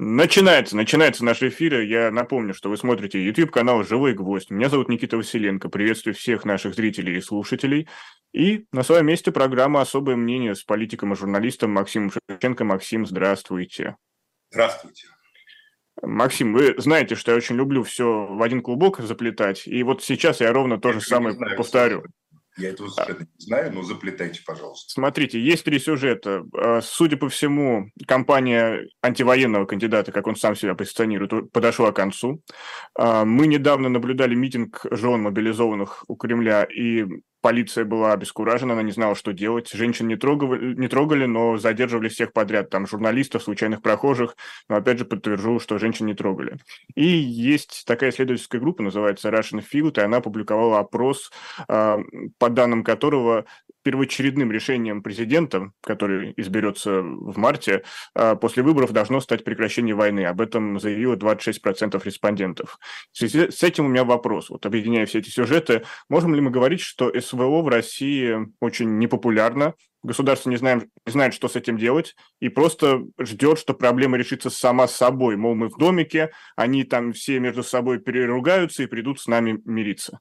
Начинается наш эфир. Я напомню, что вы смотрите YouTube-канал «Живой гвоздь». Меня зовут Никита Василенко. Приветствую всех наших зрителей и слушателей. И на своем месте программа «Особое мнение» с политиком и журналистом Максимом Шевченко. Максим, здравствуйте. Здравствуйте. Максим, вы знаете, что я очень люблю все в один клубок заплетать. И вот сейчас я ровно то Я же этого не самое знаю повторю. совершенно. Я этого совершенно не знаю, но заплетайте, пожалуйста. Смотрите, есть три сюжета. Судя по всему, кампания антивоенного кандидата, как он сам себя позиционирует, подошла к концу. Мы недавно наблюдали митинг жен мобилизованных у Кремля, и полиция была обескуражена, она не знала, что делать. Женщин не трогали, но задерживали всех подряд, там, журналистов, случайных прохожих, но опять же подтвержу, что женщин не трогали. И есть такая исследовательская группа, называется Russian Field, и она опубликовала опрос, по данным которого первоочередным решением президента, который изберется в марте, после выборов должно стать прекращение войны. Об этом заявило 26% респондентов. В связи с этим у меня вопрос. Вот объединяя все эти сюжеты, можем ли мы говорить, что СВО в России очень непопулярно, государство не знает, что с этим делать, и просто ждет, что проблема решится сама собой. Мол, мы в домике, они там все между собой переругаются и придут с нами мириться.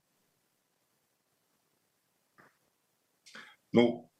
Ну,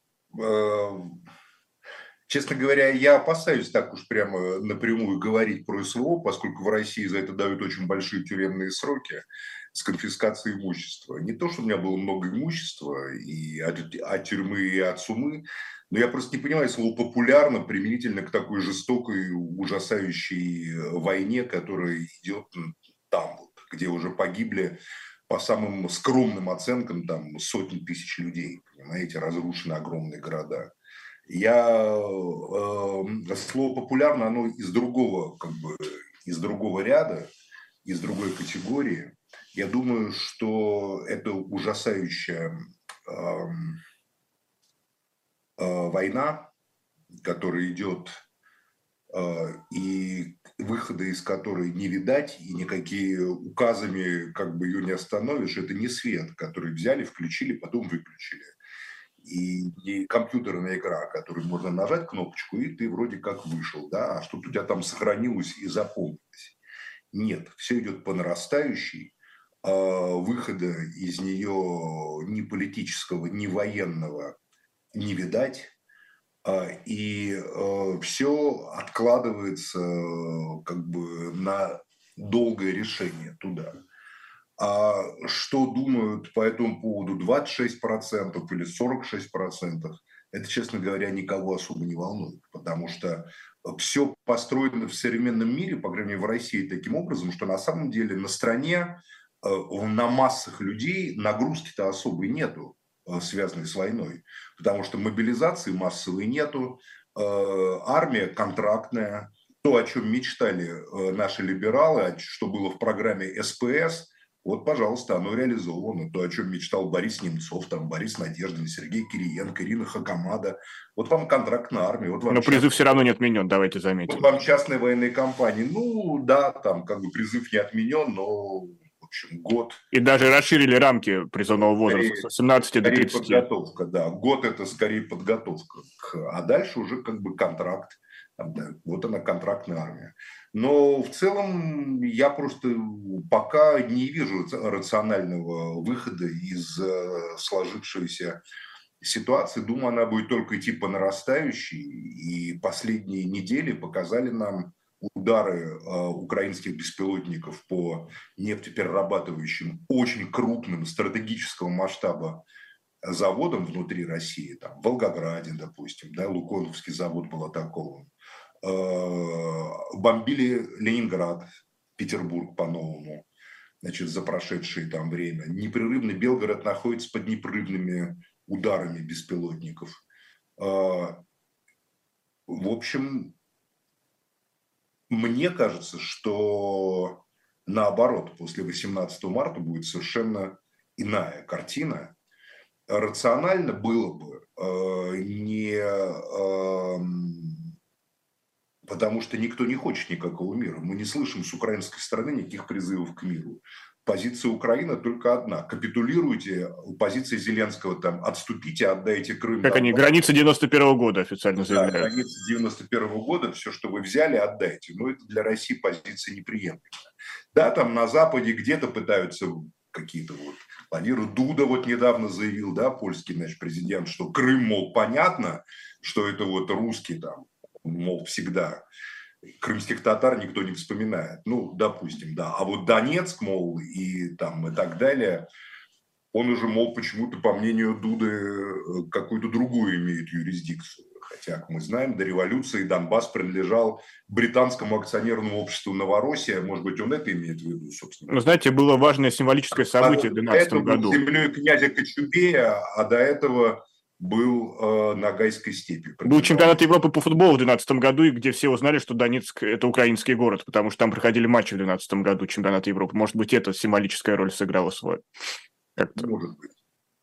честно говоря, я опасаюсь так уж прямо напрямую говорить про СВО, поскольку в России за это дают очень большие тюремные сроки с конфискацией имущества. Не то, что у меня было много имущества и от тюрьмы, и от сумы, но я просто не понимаю, слово популярно применительно к такой жестокой, ужасающей войне, которая идет там, вот, где уже погибли по самым скромным оценкам там сотни тысяч людей, понимаете, разрушены огромные города. Слово популярно, оно из другого, из другого ряда, из другой категории. Я думаю, что это ужасающая война, которая идет, и выхода из которой не видать, и никакие указами ее не остановишь. Это не свет, который взяли, включили, потом выключили. И не компьютерная игра, которую можно нажать кнопочку, и ты вроде как вышел, да, а что-то у тебя там сохранилось и запомнилось. Нет, все идет по нарастающей, выхода из нее ни политического, ни военного не видать, и все откладывается на долгое решение туда. А что думают по этому поводу 26% или 46%, это, честно говоря, никого особо не волнует, потому что все построено в современном мире, по крайней мере в России, таким образом, что на самом деле на стране, на массах людей нагрузки-то особой нету, связанной с войной, потому что мобилизации массовой нету, армия контрактная, то, о чем мечтали наши либералы, что было в программе СПС, вот, пожалуйста, оно реализовано. То, о чем мечтал Борис Немцов, там, Борис Надеждин, Сергей Кириенко, Ирина Хакамада. Вот вам контракт на армию. Но призыв все равно не отменен, давайте заметим. Вот вам частные военные компании. Ну, да, там призыв не отменен, но, в общем, год. И даже расширили рамки призывного возраста с 18 до 30. Подготовка, да. Год это скорее подготовка. А дальше уже контракт. Да, вот она, контрактная армия. Но в целом я просто пока не вижу рационального выхода из сложившейся ситуации. Думаю, она будет только идти по нарастающей. И последние недели показали нам удары украинских беспилотников по нефтеперерабатывающим, очень крупным стратегического масштаба заводам внутри России, там, в Волгограде, допустим, да, Лукойловский завод был атакован. Бомбили Ленинград, Петербург по-новому, значит, за прошедшее там время. Непрерывно Белгород находится под непрерывными ударами беспилотников. В общем, мне кажется, что наоборот, после 18 марта будет совершенно иная картина. Рационально было бы не потому что никто не хочет никакого мира. Мы не слышим с украинской стороны никаких призывов к миру. Позиция Украины только одна. Капитулируйте, позиция Зеленского там, отступите, отдайте Крым, Как они, Донбасс. границы 91-го года официально Да, заявляют. границы 91 года, все, что вы взяли, отдайте. Но это для России позиция неприемлемая. Да, там на Западе где-то пытаются какие-то вот... Владимир Дуда вот недавно заявил, да, польский, значит, президент, что Крым, мол, понятно, что это вот русский там, мол, всегда. Крымских татар никто не вспоминает. Ну, допустим, да. А вот Донецк, мол, и там и так далее, он уже, мол, почему-то, по мнению Дуды, какую-то другую имеет юрисдикцию. Хотя, как мы знаем, до революции Донбасс принадлежал британскому акционерному обществу «Новороссия». Может быть, он это имеет в виду, собственно. Ну, знаете, было важное символическое событие в До этого 2012 был году. землей князя Кочубея, а до этого был Ногайской степи. Был чемпионат Европы по футболу в 2012 году, и где все узнали, что Донецк – это украинский город, потому что там проходили матчи в 2012 году чемпионата Европы. Может быть, это символическая роль сыграла свою. Как-то. Может быть.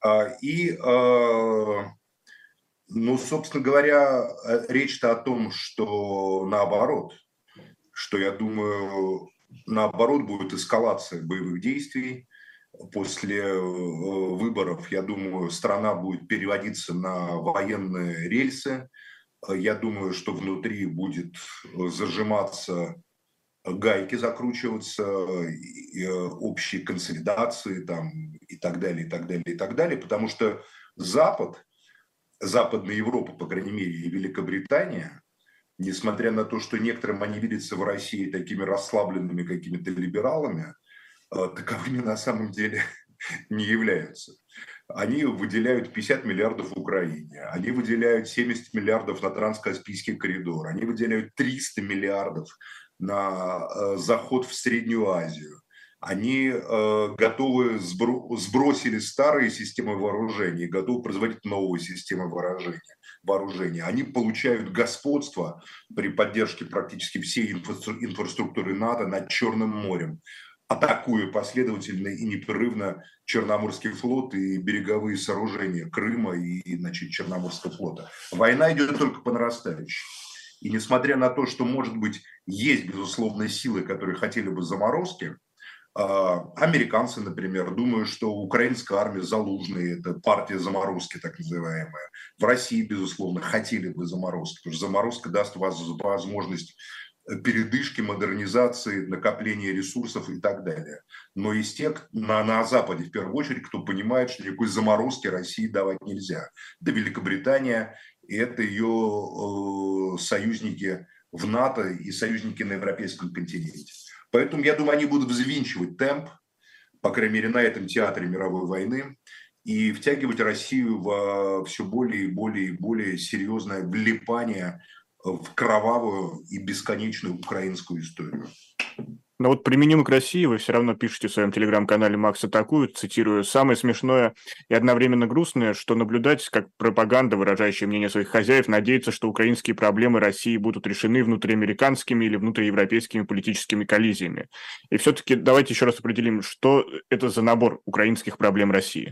Ну, собственно говоря, речь-то о том, что наоборот, что, я думаю, наоборот будет эскалация боевых действий. После выборов, я думаю, страна будет переводиться на военные рельсы. Я думаю, что внутри будет зажиматься гайки, закручиваться, общие консолидации там, и так далее, и так далее, и так далее. Потому что Запад, Западная Европа, по крайней мере, и Великобритания, несмотря на то, что некоторым они видятся в России такими расслабленными какими-то либералами, таковыми на самом деле не являются. Они выделяют 50 миллиардов Украине, они выделяют 70 миллиардов на Транскаспийский коридор, они выделяют 300 миллиардов на заход в Среднюю Азию. Они готовы, сбросили старые системы вооружений, готовы производить новые системы вооружения. Они получают господство при поддержке практически всей инфраструктуры НАТО над Черным морем, атакуя последовательно и непрерывно Черноморский флот и береговые сооружения Крыма и значит, Черноморского флота. Война идет только по нарастающей. И несмотря на то, что, может быть, есть, безусловно, силы, которые хотели бы заморозки, американцы, например, думают, что украинская армия Залужный, это партия заморозки так называемая. В России, безусловно, хотели бы заморозки, потому что заморозка даст возможность передышки, модернизации, накопления ресурсов и так далее. Но из тех на Западе, в первую очередь, кто понимает, что никакой заморозки России давать нельзя. Это Великобритания, и это ее союзники в НАТО и союзники на европейском континенте. Поэтому, я думаю, они будут взвинчивать темп, по крайней мере, на этом театре мировой войны, и втягивать Россию в все более и более и более серьезное влипание в кровавую и бесконечную украинскую историю. Но вот применимо к России вы все равно пишете в своем телеграм-канале «Макс атакует», цитирую, «Самое смешное и одновременно грустное, что наблюдать, как пропаганда, выражающая мнение своих хозяев, надеется, что украинские проблемы России будут решены внутриамериканскими или внутриевропейскими политическими коллизиями. И все-таки давайте еще раз определим, что это за набор украинских проблем России».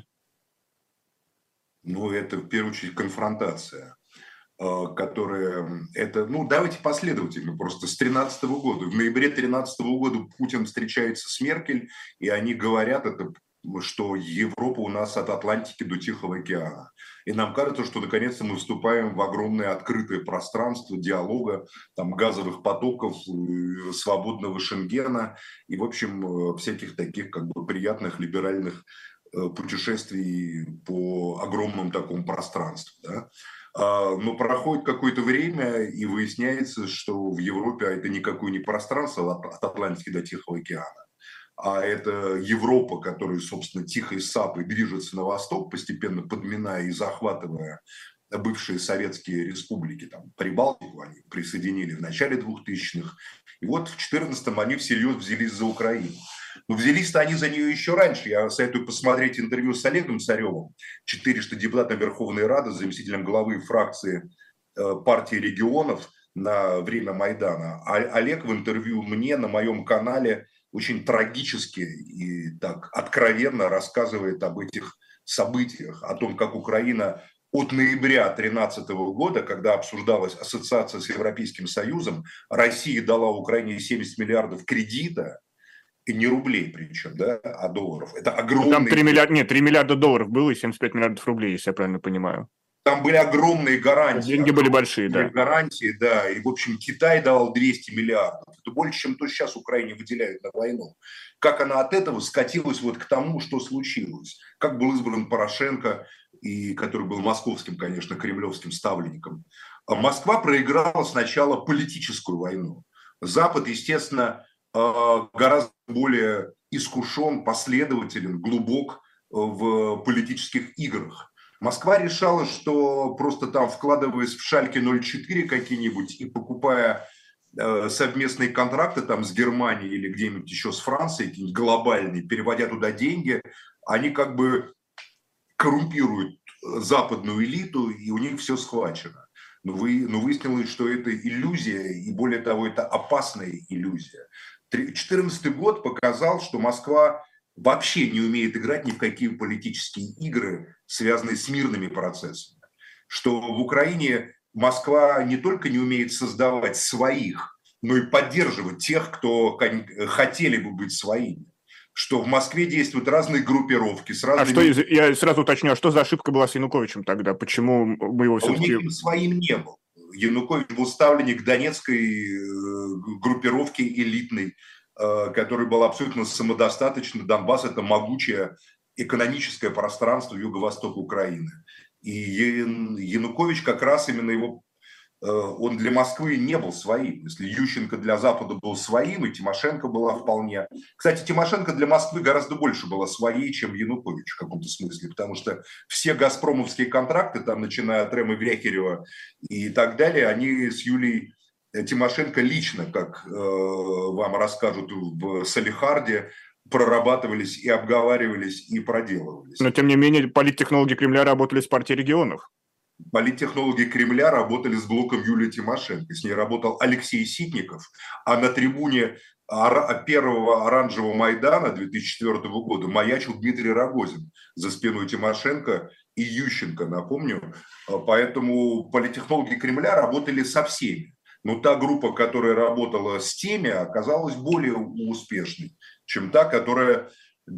Ну, это в первую очередь конфронтация, которая... Это, ну, давайте последовательно, просто с 2013 года. В ноябре 2013 года Путин встречается с Меркель, и они говорят, это, что Европа у нас от Атлантики до Тихого океана. И нам кажется, что наконец-то мы вступаем в огромное открытое пространство диалога, там, газовых потоков, свободного Шенгена и, в общем, всяких таких как бы приятных либеральных путешествий по огромному такому пространству. Да? Но проходит какое-то время, и выясняется, что в Европе это никакое не пространство от Атлантики до Тихого океана, а это Европа, которая, собственно, тихой сапой движется на восток, постепенно подминая и захватывая бывшие советские республики, там, Прибалтику они присоединили в начале 2000-х, и вот в 2014-м они всерьез взялись за Украину. Но взялись-то они за нее еще раньше. Я советую посмотреть интервью с Олегом Царевым, 400 депутатом Верховной Рады, заместителем главы фракции партии регионов на время Майдана. Олег в интервью мне на моем канале очень трагически и так откровенно рассказывает об этих событиях, о том, как Украина от ноября 2013 года, когда обсуждалась ассоциация с Европейским Союзом, Россия дала Украине 70 миллиардов кредита, И не рублей причем, да, а долларов. Это Ну, там огромные... 3 миллиарда, нет, 3 миллиарда долларов было и 75 миллиардов рублей, если я правильно понимаю. Там были огромные гарантии. Деньги были большие, да. Гарантии, да. И, в общем, Китай давал 200 миллиардов. Это больше, чем то сейчас Украине выделяют на войну. Как она от этого скатилась вот к тому, что случилось. Как был избран Порошенко, и который был московским, конечно, кремлевским ставленником. А Москва проиграла сначала политическую войну. Запад, естественно, гораздо более искушен, последователен, глубок в политических играх. Москва решала, что просто там, вкладываясь в шальки 0,4 какие-нибудь и покупая совместные контракты там с Германией или где-нибудь еще с Францией, какие-нибудь глобальные, переводя туда деньги, они как бы коррумпируют западную элиту, и у них все схвачено. Но выяснилось, что это иллюзия, и более того, это опасная иллюзия. 2014 год показал, что Москва вообще не умеет играть ни в какие политические игры, связанные с мирными процессами. Что в Украине Москва не только не умеет создавать своих, но и поддерживать тех, кто хотели бы быть своими. Что в Москве действуют разные группировки с разными... Я сразу уточню, а что за ошибка была с Януковичем тогда? Почему мы его все-таки... Он никем своим не был. Янукович был ставленник донецкой группировки элитной, которая была абсолютно самодостаточна. Донбасс – это могучее экономическое пространство юго-востока Украины. И Янукович как раз именно его... Он для Москвы не был своим. Если Ющенко для Запада был своим, и Тимошенко была вполне... Кстати, Тимошенко для Москвы гораздо больше была своей, чем Янукович в каком-то смысле, потому что все газпромовские контракты, там, начиная от Рема Врекерева и так далее, они с Юлией Тимошенко лично, как вам расскажут в Салехарде, прорабатывались и обговаривались и проделывались. Но, тем не менее, политтехнологи Кремля работали с партией регионов. Политтехнологи Кремля работали с блоком Юлии Тимошенко. С ней работал Алексей Ситников. А на трибуне первого оранжевого Майдана 2004 года маячил Дмитрий Рогозин за спиной Тимошенко и Ющенко, напомню. Поэтому политтехнологи Кремля работали со всеми. Но та группа, которая работала с теми, оказалась более успешной, чем та, которая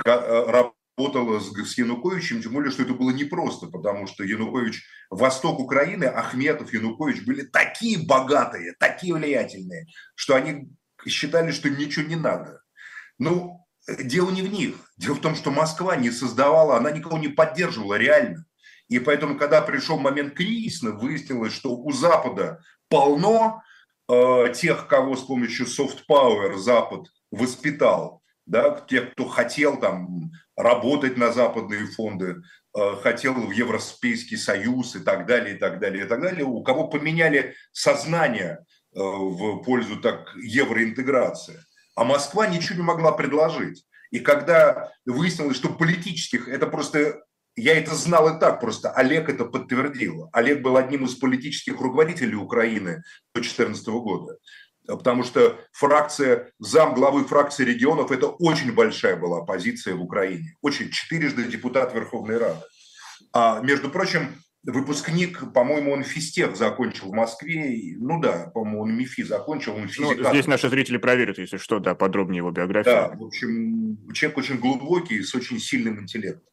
работала с Януковичем, тем более, что это было непросто, потому что Янукович, восток Украины, Ахметов, Янукович были такие богатые, такие влиятельные, что они считали, что им ничего не надо. Ну, дело не в них. Дело в том, что Москва не создавала, она никого не поддерживала реально. И поэтому, когда пришел момент кризиса, выяснилось, что у Запада полно тех, кого с помощью soft power Запад воспитал, да, тех, кто хотел там работать на западные фонды, хотел в Европейский Союз и так далее, и так далее, и так далее, у кого поменяли сознание в пользу так евроинтеграции. А Москва ничего не могла предложить. И когда выяснилось, что политических, это просто, я это знал и так, просто Олег это подтвердил. Олег был одним из политических руководителей Украины до 2014 года. Потому что замглавы фракции регионов – это очень большая была позиция в Украине. Очень, 4-жды депутат Верховной Рады. А, между прочим, выпускник, по-моему, он физтех закончил в Москве. Ну да, по-моему, он МИФИ закончил. Он физикатор. Здесь наши зрители проверят, если что, да, подробнее его биографию. Да, в общем, человек очень глубокий, с очень сильным интеллектом.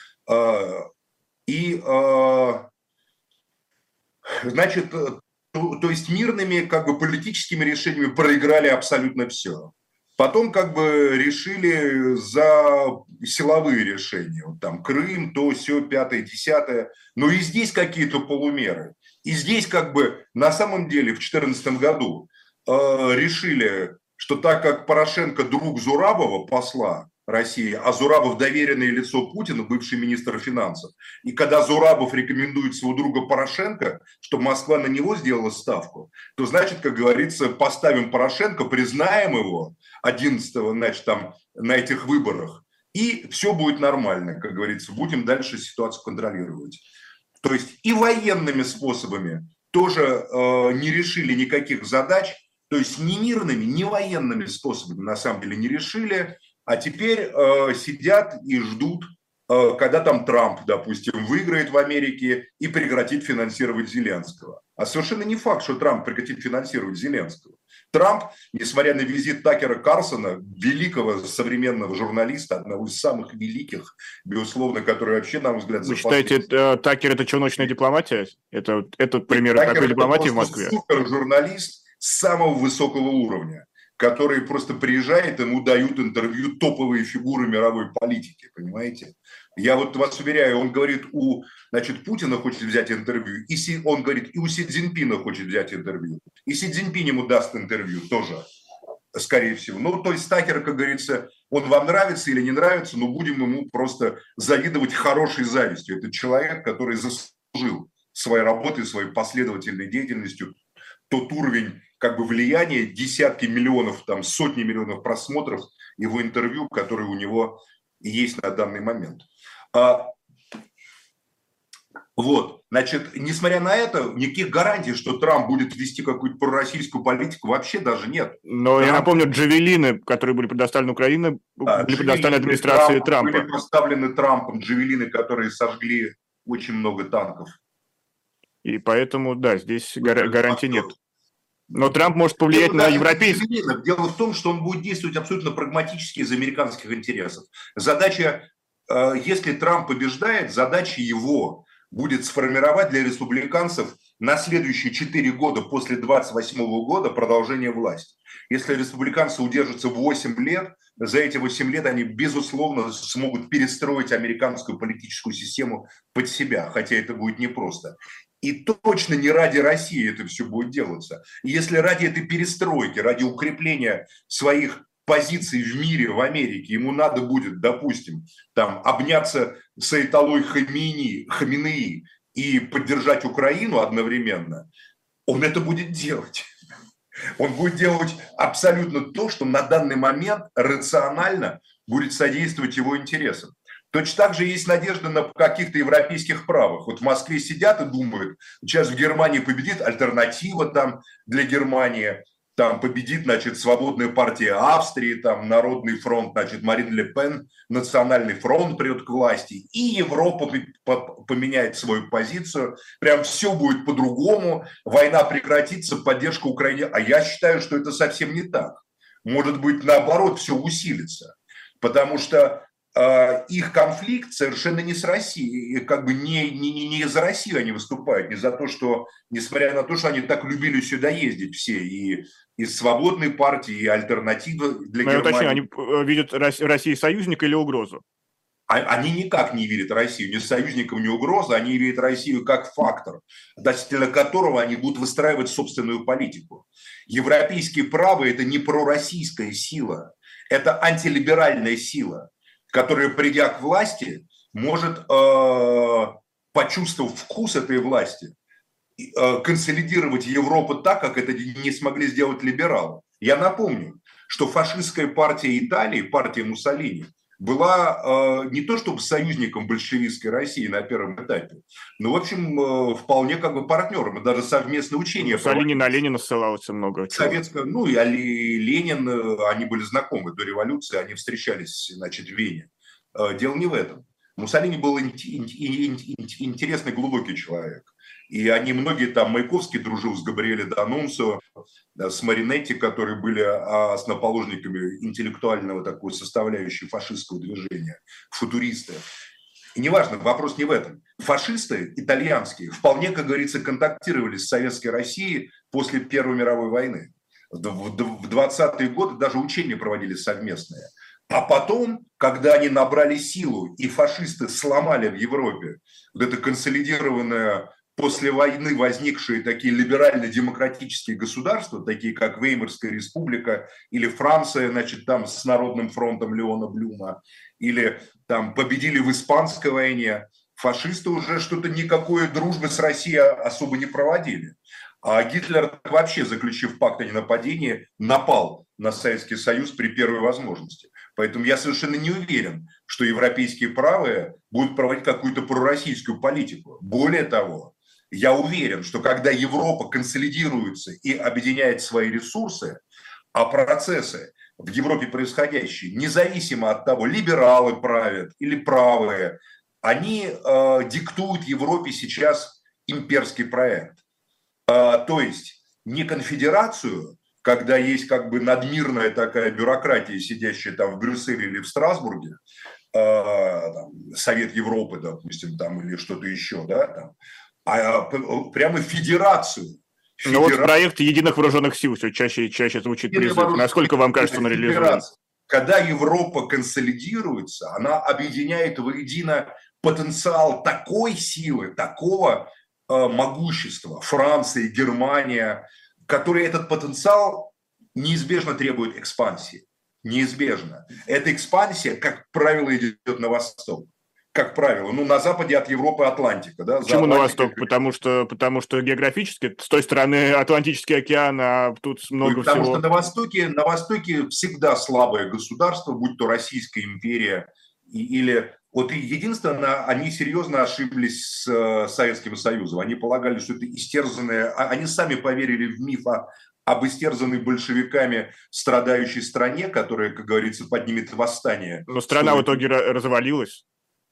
Значит, то есть мирными, как бы политическими решениями проиграли абсолютно все. Потом как бы решили за силовые решения. Вот там Крым, то, сё, 5-е, 10-е. Но и здесь какие-то полумеры. И здесь как бы на самом деле в 2014 году решили, что так как Порошенко друг Зурабова, посла России, а Зурабов доверенное лицо Путина, бывший министр финансов. И когда Зурабов рекомендует своего друга Порошенко, чтобы Москва на него сделала ставку, то значит, как говорится, поставим Порошенко, признаем его 11-го, значит, там, на этих выборах, и все будет нормально, как говорится, будем дальше ситуацию контролировать. То есть и военными способами тоже не решили никаких задач, то есть ни мирными, ни военными способами на самом деле не решили. А теперь сидят и ждут, когда там Трамп, допустим, выиграет в Америке и прекратит финансировать Зеленского. А совершенно не факт, что Трамп прекратит финансировать Зеленского. Трамп, несмотря на визит Такера Карлсона, великого современного журналиста, одного из самых великих, безусловно, который вообще, на мой взгляд, Вы считаете, Такер – это челночная дипломатия? Это пример такой дипломатии в Москве? Супер журналист самого высокого уровня, который просто приезжает, ему дают интервью топовые фигуры мировой политики, понимаете? Я вот вас уверяю, он говорит, значит, Путина хочет взять интервью, он говорит, и у Си Цзиньпина хочет взять интервью, и Си Цзиньпин ему даст интервью тоже, скорее всего. Ну, то есть Такер, как говорится, он вам нравится или не нравится, но будем ему просто завидовать хорошей завистью. Это человек, который заслужил своей работой, своей последовательной деятельностью тот уровень как бы влияния, десятки миллионов, там, сотни миллионов просмотров его интервью, которые у него есть на данный момент. Вот, значит, несмотря на это, никаких гарантий, что Трамп будет вести какую-то пророссийскую политику, вообще даже нет. Но Трамп... я напомню, джавелины, которые были предоставлены Украине, были предоставлены администрации Трампа. Были поставлены Трампом джавелины, которые сожгли очень много танков. И поэтому, да, здесь гарантий нет. Но Трамп может повлиять на европейских. Дело в том, что он будет действовать абсолютно прагматически из американских интересов. Задача, если Трамп побеждает, задача его будет сформировать для республиканцев на следующие 4 года после 28 года продолжение власти. Если республиканцы удержатся 8 лет, за эти 8 лет они, безусловно, смогут перестроить американскую политическую систему под себя, хотя это будет непросто. И точно не ради России это все будет делаться. И если ради этой перестройки, ради укрепления своих позиций в мире, в Америке, ему надо будет, допустим, там, обняться с Айтолой Хаминеи и поддержать Украину одновременно, он это будет делать. Он будет делать абсолютно то, что на данный момент рационально будет содействовать его интересам. Точно так же есть надежда на каких-то европейских правых. Вот в Москве сидят и думают, сейчас в Германии победит альтернатива там для Германии, там победит, значит, Свободная партия Австрии, там Народный фронт, значит, Марин Ле Пен, Национальный фронт придет к власти, и Европа поменяет свою позицию, прям все будет по-другому, война прекратится, поддержка Украине. А я считаю, что это совсем не так. Может быть, наоборот, все усилится, потому что их конфликт совершенно не с Россией, как бы не за Россию они выступают, не за то, что, несмотря на то, что они так любили сюда ездить все, и из Свободной партии, и альтернативы для Германии. Уточню, они видят Россию союзника или угрозу? Они никак не видят Россию ни союзником, ни угрозой, они видят Россию как фактор, относительно которого они будут выстраивать собственную политику. Европейские правые – это не пророссийская сила, это антилиберальная сила, которая, придя к власти, может, почувствовав вкус этой власти, консолидировать Европу так, как это не смогли сделать либералы. Я напомню, что фашистская партия Италии, партия Муссолини, была не то чтобы союзником большевистской России на первом этапе, но, в общем, вполне как бы партнером, и даже совместное учение. Муссолини на Ленина ссылался много. Советская, ну и Ленин, они были знакомы до революции, они встречались, значит, в Вене. Дело не в этом. Муссолини был интересный, глубокий человек. И многие там, Маяковский дружил с Габриэле Д'Анунцио, с Маринетти, которые были основоположниками интеллектуального такой составляющей фашистского движения, футуристы. И неважно, вопрос не в этом. Фашисты итальянские вполне, как говорится, контактировали с Советской Россией после Первой мировой войны. В 20-е годы даже учения проводились совместные. А потом, когда они набрали силу и фашисты сломали в Европе вот это консолидированное после войны возникшие такие либерально-демократические государства, такие как Веймарская республика или Франция, значит, там с Народным фронтом Леона Блюма, или там победили в Испанской войне, фашисты уже что-то никакой дружбы с Россией особо не проводили. А Гитлер вообще, заключив пакт о ненападении, напал на Советский Союз при первой возможности. Поэтому я совершенно не уверен, что европейские правые будут проводить какую-то пророссийскую политику. Более того, я уверен, что когда Европа консолидируется и объединяет свои ресурсы, а процессы в Европе происходящие, независимо от того, либералы правят или правые, они диктуют Европе сейчас имперский проект. То есть не конфедерацию, когда есть как бы надмирная такая бюрократия, сидящая там в Брюсселе или в Страсбурге, там, Совет Европы, допустим, там, или что-то еще, да, там, прямо федерацию. Ну вот проект Единых Вооруженных Сил все чаще и чаще звучит призыв. Насколько вам кажется, он реализуем? Когда Европа консолидируется, она объединяет воедино потенциал такой силы, такого могущества, Франция, Германия, которые этот потенциал неизбежно требует экспансии. Неизбежно. Эта экспансия, как правило, идет на восток. Как правило, ну, на западе от Европы Атлантика. Да? Почему на восток? Потому что географически с той стороны Атлантический океан, а тут много потому всего. Потому что на востоке всегда слабое государство, будь то Российская империя или... Вот единственное, они серьезно ошиблись с Советским Союзом. Они полагали, что это истерзанное... Они сами поверили в миф об истерзанной большевиками страдающей стране, которая, как говорится, поднимет восстание. Но страна в итоге развалилась.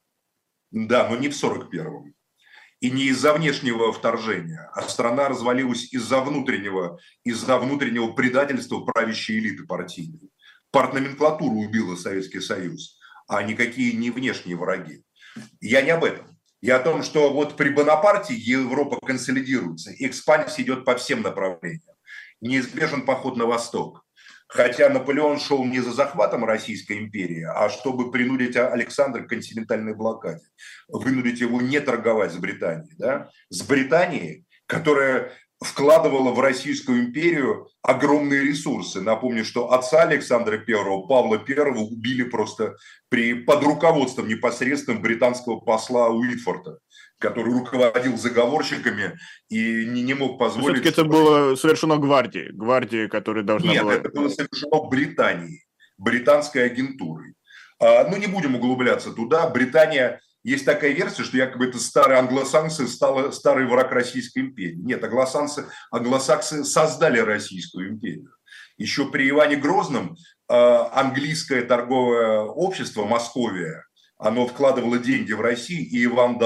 Да, но не в 41-м. И не из-за внешнего вторжения, а страна развалилась из-за внутреннего предательства правящей элиты партийной. Партноменклатуру убила Советский Союз, а никакие не внешние враги. Я не об этом. Я о том, что вот при Бонапарте Европа консолидируется, экспансия идет по всем направлениям. Неизбежен поход на восток. Хотя Наполеон шел не за захватом Российской империи, а чтобы принудить Александра к континентальной блокаде. Вынудить его не торговать с Британией. Да? С Британией, которая вкладывала в Российскую империю огромные ресурсы. Напомню, что отца Александра I, Павла I, убили просто под руководством непосредственным британского посла Уитфорда, который руководил заговорщиками и не мог позволить... Все-таки это было совершено гвардии, которая должна была... Нет, это было совершено Британией, британской агентурой. Ну, не будем углубляться туда. Британия... Есть такая версия, что якобы это старые англосаксы, старый враг Российской империи. Нет, англосаксы создали Российскую империю. Еще при Иване Грозном английское торговое общество «Московия», оно вкладывало деньги в Россию, и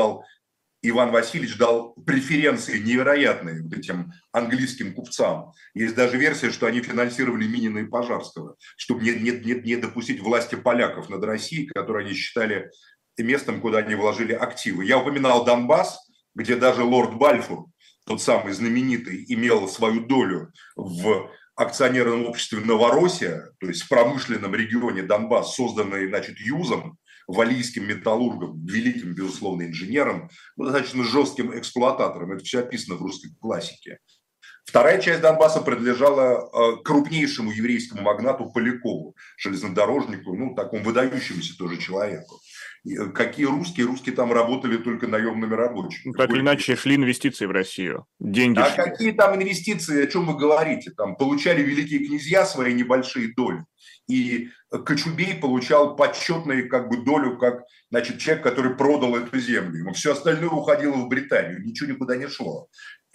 Иван Васильевич дал преференции невероятные вот этим английским купцам. Есть даже версия, что они финансировали Минина и Пожарского, чтобы не допустить власти поляков над Россией, которую они считали местом, куда они вложили активы. Я упоминал Донбасс, где даже лорд Бальфур, тот самый знаменитый, имел свою долю в акционерном обществе «Новороссия», то есть в промышленном регионе Донбасс, созданный, значит, Юзом, валийским металлургом, великим, безусловно, инженером, достаточно жестким эксплуататором. Это все описано в русской классике. Вторая часть Донбасса принадлежала крупнейшему еврейскому магнату Полякову, железнодорожнику, ну, такому выдающемуся тоже человеку. Какие русские? Русские там работали только наемными рабочими. Так или иначе шли инвестиции в Россию. Деньги шли. Какие там инвестиции? О чем вы говорите? Там получали великие князья свои небольшие доли. И Кочубей получал почетную как бы долю, как, значит, человек, который продал эту землю. Ему все остальное уходило в Британию. Ничего никуда не шло.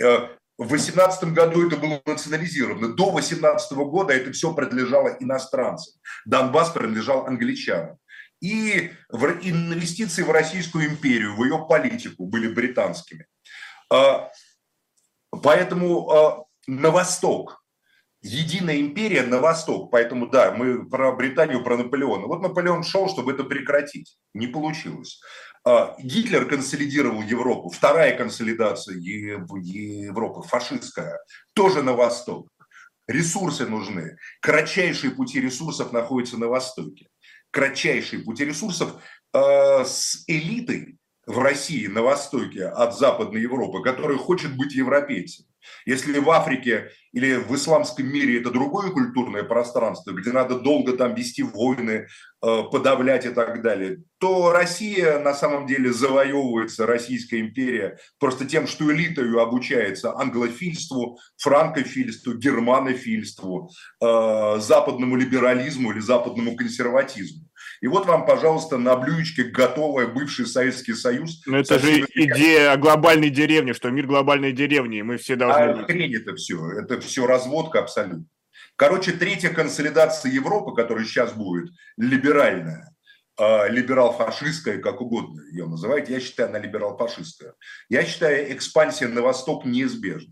В 18 году это было национализировано. До 18 года это все принадлежало иностранцам. Донбасс принадлежал англичанам. И инвестиции в Российскую империю, в ее политику были британскими. Поэтому на восток, единая империя на восток. Поэтому да, мы про Британию, про Наполеона. Вот Наполеон шел, чтобы это прекратить. Не получилось. Гитлер консолидировал Европу. Вторая консолидация Европы, фашистская, тоже на восток. Ресурсы нужны. Кратчайшие пути ресурсов находятся на востоке. Кратчайшие пути ресурсов с элитой в России, на востоке от Западной Европы, которая хочет быть европейцем. Если в Африке или в исламском мире это другое культурное пространство, где надо долго там вести войны, подавлять и так далее, то Россия на самом деле завоевывается, Российская империя, просто тем, что элита ее обучается англофильству, франкофильству, германофильству, западному либерализму или западному консерватизму. И вот вам, пожалуйста, на блюдечке готовая бывший Советский Союз. Но это же идея глобальной деревни, что мир глобальной деревни, мы все должны быть. Хрень это все разводка абсолютно. Короче, третья консолидация Европы, которая сейчас будет либеральная, либерал-фашистская, как угодно ее называть, я считаю, она либерал-фашистская. Я считаю, экспансия на восток неизбежна.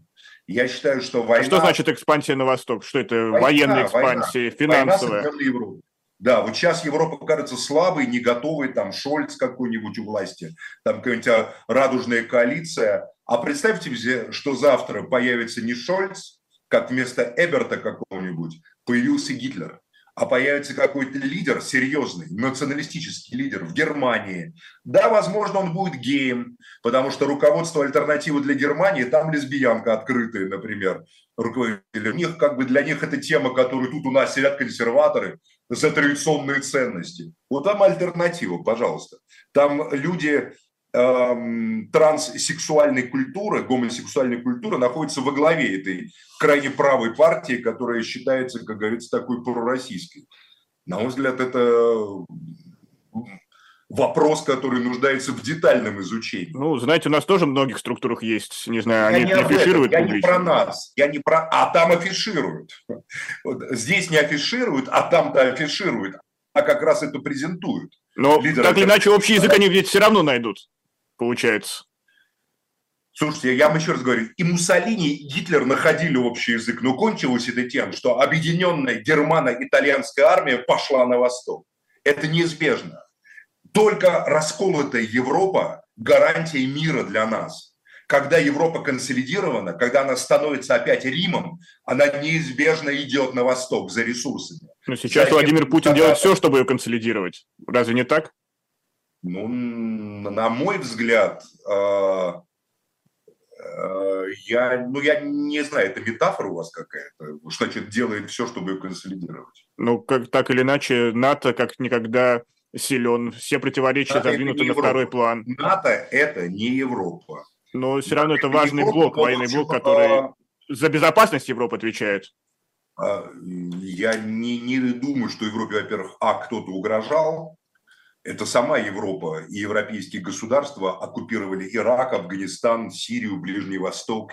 Я считаю, что А что война... значит экспансия на восток? Что это военная экспансия, Война финансовая? сожжет Европу. Да, вот сейчас Европа кажется слабой, не готовой, там Шольц какой-нибудь у власти, там какая-нибудь радужная коалиция. А представьте себе, что завтра появится не Шольц, как вместо Эберта какого-нибудь появился Гитлер, а появится какой-то лидер серьезный, националистический лидер в Германии. Да, возможно, он будет геем, потому что руководство альтернативы для Германии, там лесбиянка открытая, например, руководители. У них, как бы для них это тема, которую тут у нас сидят консерваторы за традиционные ценности. Вот там альтернатива, пожалуйста. Там люди транссексуальной культуры, гомосексуальной культуры находятся во главе этой крайне правой партии, которая считается, как говорится, такой пророссийской. На мой взгляд, это вопрос, который нуждается в детальном изучении. Ну, знаете, у нас тоже в многих структурах есть, не знаю, Я они не это об этом, афишируют я публично. не про нас, я не про... А там афишируют. Вот здесь не афишируют, а там-то афишируют, а как раз это презентуют. Но Лидеры так или иначе общий язык они ведь все равно найдут, получается. Слушайте, я вам еще раз говорю, и Муссолини, и Гитлер находили общий язык, но кончилось это тем, что объединенная германо-итальянская армия пошла на восток. Это неизбежно. Только расколотая Европа – гарантия мира для нас. Когда Европа консолидирована, когда она становится опять Римом, она неизбежно идет на восток за ресурсами. Но сейчас Владимир Путин делает все, чтобы ее консолидировать. Разве не так? Ну, на мой взгляд, я не знаю, это метафора у вас какая-то? Что значит делает все, чтобы ее консолидировать? Ну, как, так или иначе, НАТО как никогда силен, все противоречия НАТО задвинуты на второй план. НАТО – это не Европа. Но все равно это важный Европа, блок, военный блок, который за безопасность Европы отвечает. Я не думаю, что Европе, во-первых, кто-то угрожал. Это сама Европа и европейские государства оккупировали Ирак, Афганистан, Сирию, Ближний Восток,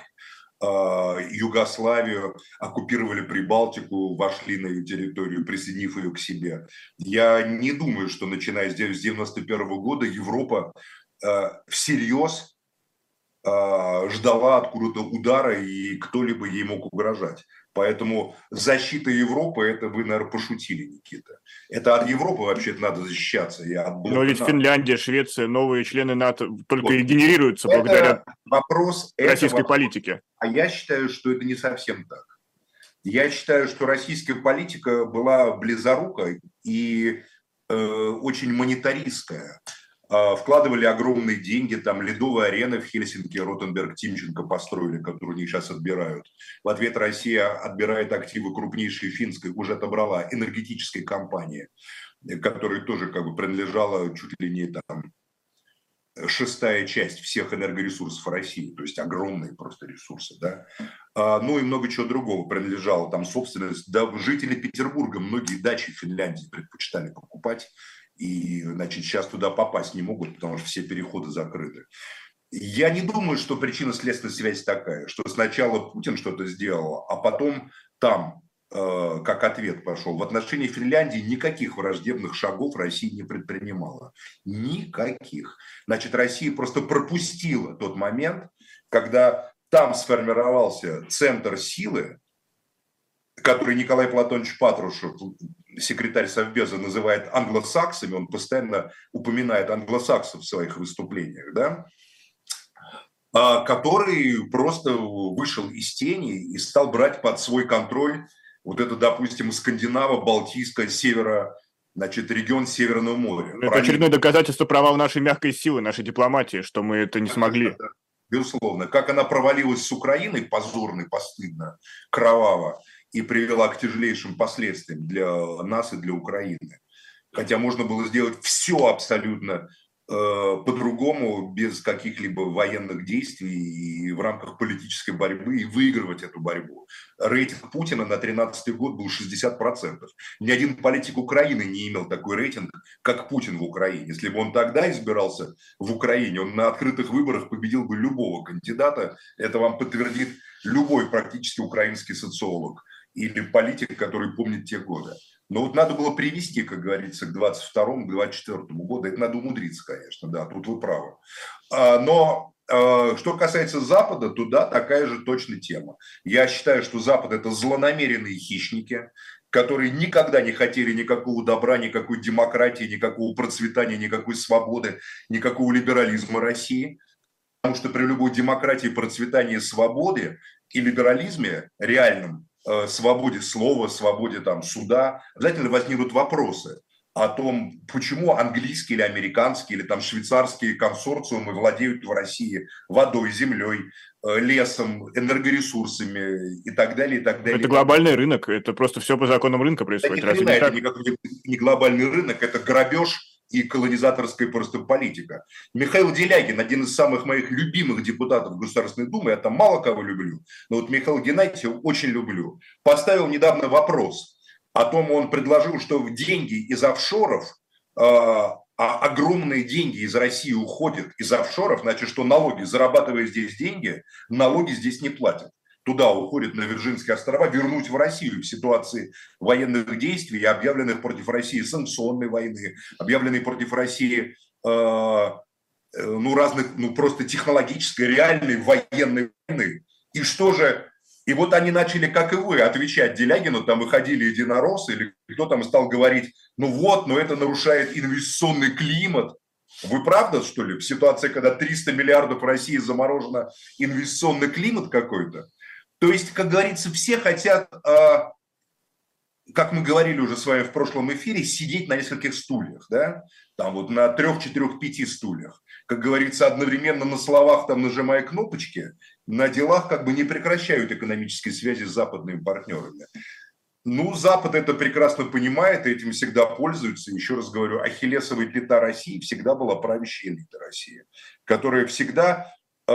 Югославию, оккупировали Прибалтику, вошли на ее территорию, присоединив ее к себе. Я не думаю, что начиная с 1991 года Европа всерьез ждала откуда-то удара, и кто-либо ей мог угрожать. Поэтому защита Европы, это вы, наверное, пошутили, Никита. Это от Европы вообще-то надо защищаться. И от блока Но ведь НАТО. Финляндия, Швеция, новые члены НАТО только и генерируются благодаря российской политике. А я считаю, что это не совсем так. Я считаю, что российская политика была близорукой и очень монетаристская. Вкладывали огромные деньги, там ледовые арены в Хельсинки, Ротенберг, Тимченко построили, которые у них сейчас отбирают. В ответ Россия отбирает активы крупнейшей финской, уже отобрала энергетической компании, которая тоже как бы принадлежала чуть ли не там шестая часть всех энергоресурсов России, то есть огромные просто ресурсы, да. Ну и много чего другого принадлежало, там собственность, да, жители Петербурга многие дачи в Финляндии предпочитали покупать, и, значит, сейчас туда попасть не могут, потому что все переходы закрыты. Я не думаю, что причинно-следственная связь такая, что сначала Путин что-то сделал, а потом там как ответ пошел. В отношении Финляндии никаких враждебных шагов Россия не предпринимала. Никаких. Значит, Россия просто пропустила тот момент, когда там сформировался центр силы, который Николай Платонович Патрушев, секретарь Совбеза, называет англосаксами, он постоянно упоминает англосаксов в своих выступлениях, да, который просто вышел из тени и стал брать под свой контроль вот это, допустим, Скандинаво-Балтийское, значит, регион Северного моря. Это очередное доказательство провала нашей мягкой силы, нашей дипломатии, что мы это не смогли. Безусловно. Как она провалилась с Украиной позорно, постыдно, кроваво, и привела к тяжелейшим последствиям для нас и для Украины. Хотя можно было сделать все абсолютно по-другому, без каких-либо военных действий и в рамках политической борьбы, и выигрывать эту борьбу. Рейтинг Путина на 2013 год был 60%. Ни один политик Украины не имел такой рейтинг, как Путин в Украине. Если бы он тогда избирался в Украине, он на открытых выборах победил бы любого кандидата. Это вам подтвердит любой практически украинский социолог или политик, который помнит те годы. Но вот надо было привести, как говорится, к 22-му, к 24-му году. Это надо умудриться, конечно, да, тут вы правы. Но Что касается Запада, то да, такая же точно тема. Я считаю, что Запад – это злонамеренные хищники, которые никогда не хотели никакого добра, никакой демократии, никакого процветания, никакой свободы, никакого либерализма России. Потому что при любой демократии, процветании, свободе и либерализме реальном, свободе слова, свободе там, суда, обязательно возникнут вопросы о том, почему английские или американские или там швейцарские консорциумы владеют в России водой, землей, лесом, энергоресурсами и так далее, и так далее. Это глобальный рынок, это просто все по законам рынка происходит. Это ни хрена, это никакой не глобальный рынок, это грабеж и колонизаторская просто политика. Михаил Делягин, один из самых моих любимых депутатов Государственной Думы, я там мало кого люблю, но вот Михаила Геннадьевича очень люблю, поставил недавно вопрос о том, он предложил, что в деньги из офшоров, огромные деньги из России уходят из офшоров, значит, что налоги, зарабатывая здесь деньги, налоги здесь не платят. Туда уходят на Вирджинские острова, вернуть в Россию в ситуации военных действий, объявленных против России санкционной войны, объявленной против России разных, просто технологической, реальной военной войны. И что же? И вот они начали, как и вы, отвечать Делягину, там выходили единороссы, или кто там стал говорить, но это нарушает инвестиционный климат. Вы правда, что ли, в ситуации, когда 300 миллиардов в России заморожено, инвестиционный климат какой-то? То есть, как говорится, все хотят, как мы говорили уже с вами в прошлом эфире, сидеть на нескольких стульях, да? Там вот на 3, 4, 5 стульях. Как говорится, одновременно на словах там нажимая кнопочки, на делах как бы не прекращают экономические связи с западными партнерами. Запад это прекрасно понимает и этим всегда пользуется. Еще раз говорю, ахиллесовая пята России всегда была правящая элита России, которая всегда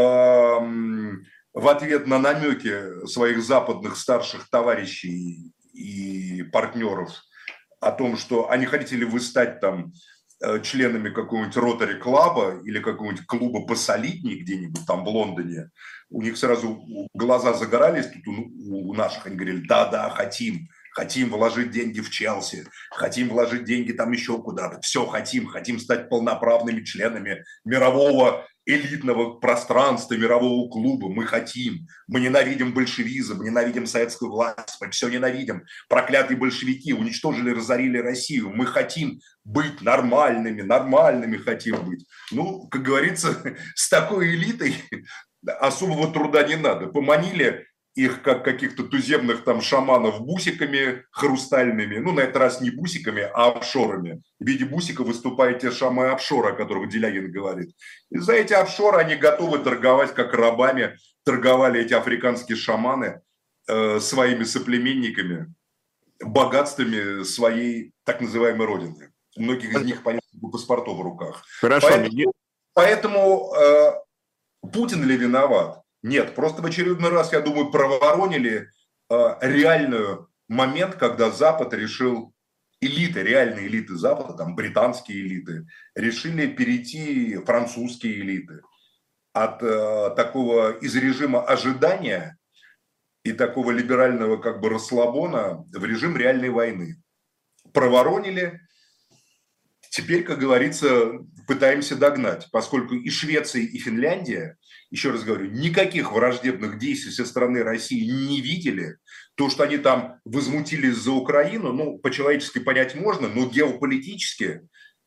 в ответ на намеки своих западных старших товарищей и партнеров о том, что не хотите ли вы стать там членами какого-нибудь Ротари Клаба или какого-нибудь клуба посолидней где-нибудь там в Лондоне, у них сразу глаза загорались, тут у наших они говорили, да, хотим вложить деньги в Челси, хотим вложить деньги там еще куда-то, все хотим стать полноправными членами мирового элитного пространства, мирового клуба, мы ненавидим большевизм, мы ненавидим советскую власть, мы все ненавидим, проклятые большевики уничтожили, разорили Россию, мы хотим быть нормальными хотим быть. Как говорится, с такой элитой особого труда не надо. Поманили их как каких-то туземных там шаманов бусиками хрустальными, на этот раз не бусиками, а офшорами. В виде бусика выступают те самые офшоры, о которых Делягин говорит. И за эти офшоры они готовы торговать как рабами, торговали эти африканские шаманы своими соплеменниками, богатствами своей так называемой родины. У многих из них, понятно, паспортов в руках. Хорошо. Поэтому Путин ли виноват? Нет, просто в очередной раз, я думаю, проворонили реальный момент, когда Запад решил, реальные элиты Запада, там британские элиты, решили перейти, французские элиты, от такого из режима ожидания и такого либерального как бы расслабона в режим реальной войны. Проворонили. Теперь, как говорится, пытаемся догнать, поскольку и Швеция, и Финляндия, еще раз говорю, никаких враждебных действий со стороны России не видели. То, что они там возмутились за Украину, по-человечески понять можно, но геополитически